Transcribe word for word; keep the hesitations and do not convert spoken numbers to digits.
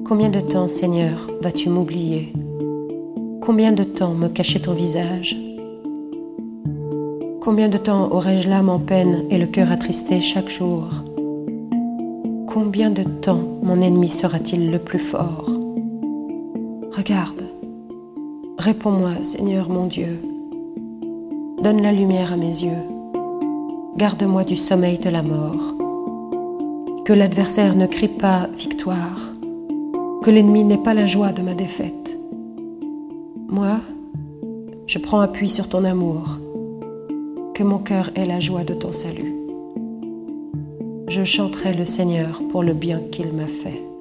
Combien de temps, Seigneur, vas-tu m'oublier? Combien de temps me cacher ton visage? Combien de temps aurai-je l'âme en peine et le cœur attristé chaque jour? Combien de temps mon ennemi sera-t-il le plus fort? Regarde, réponds-moi, Seigneur mon Dieu. Donne la lumière à mes yeux. Garde-moi du sommeil de la mort. Que l'adversaire ne crie pas victoire. Que l'ennemi n'ait pas la joie de ma défaite. Moi, je prends appui sur ton amour. Que mon cœur ait la joie de ton salut. Je chanterai le Seigneur pour le bien qu'il m'a fait.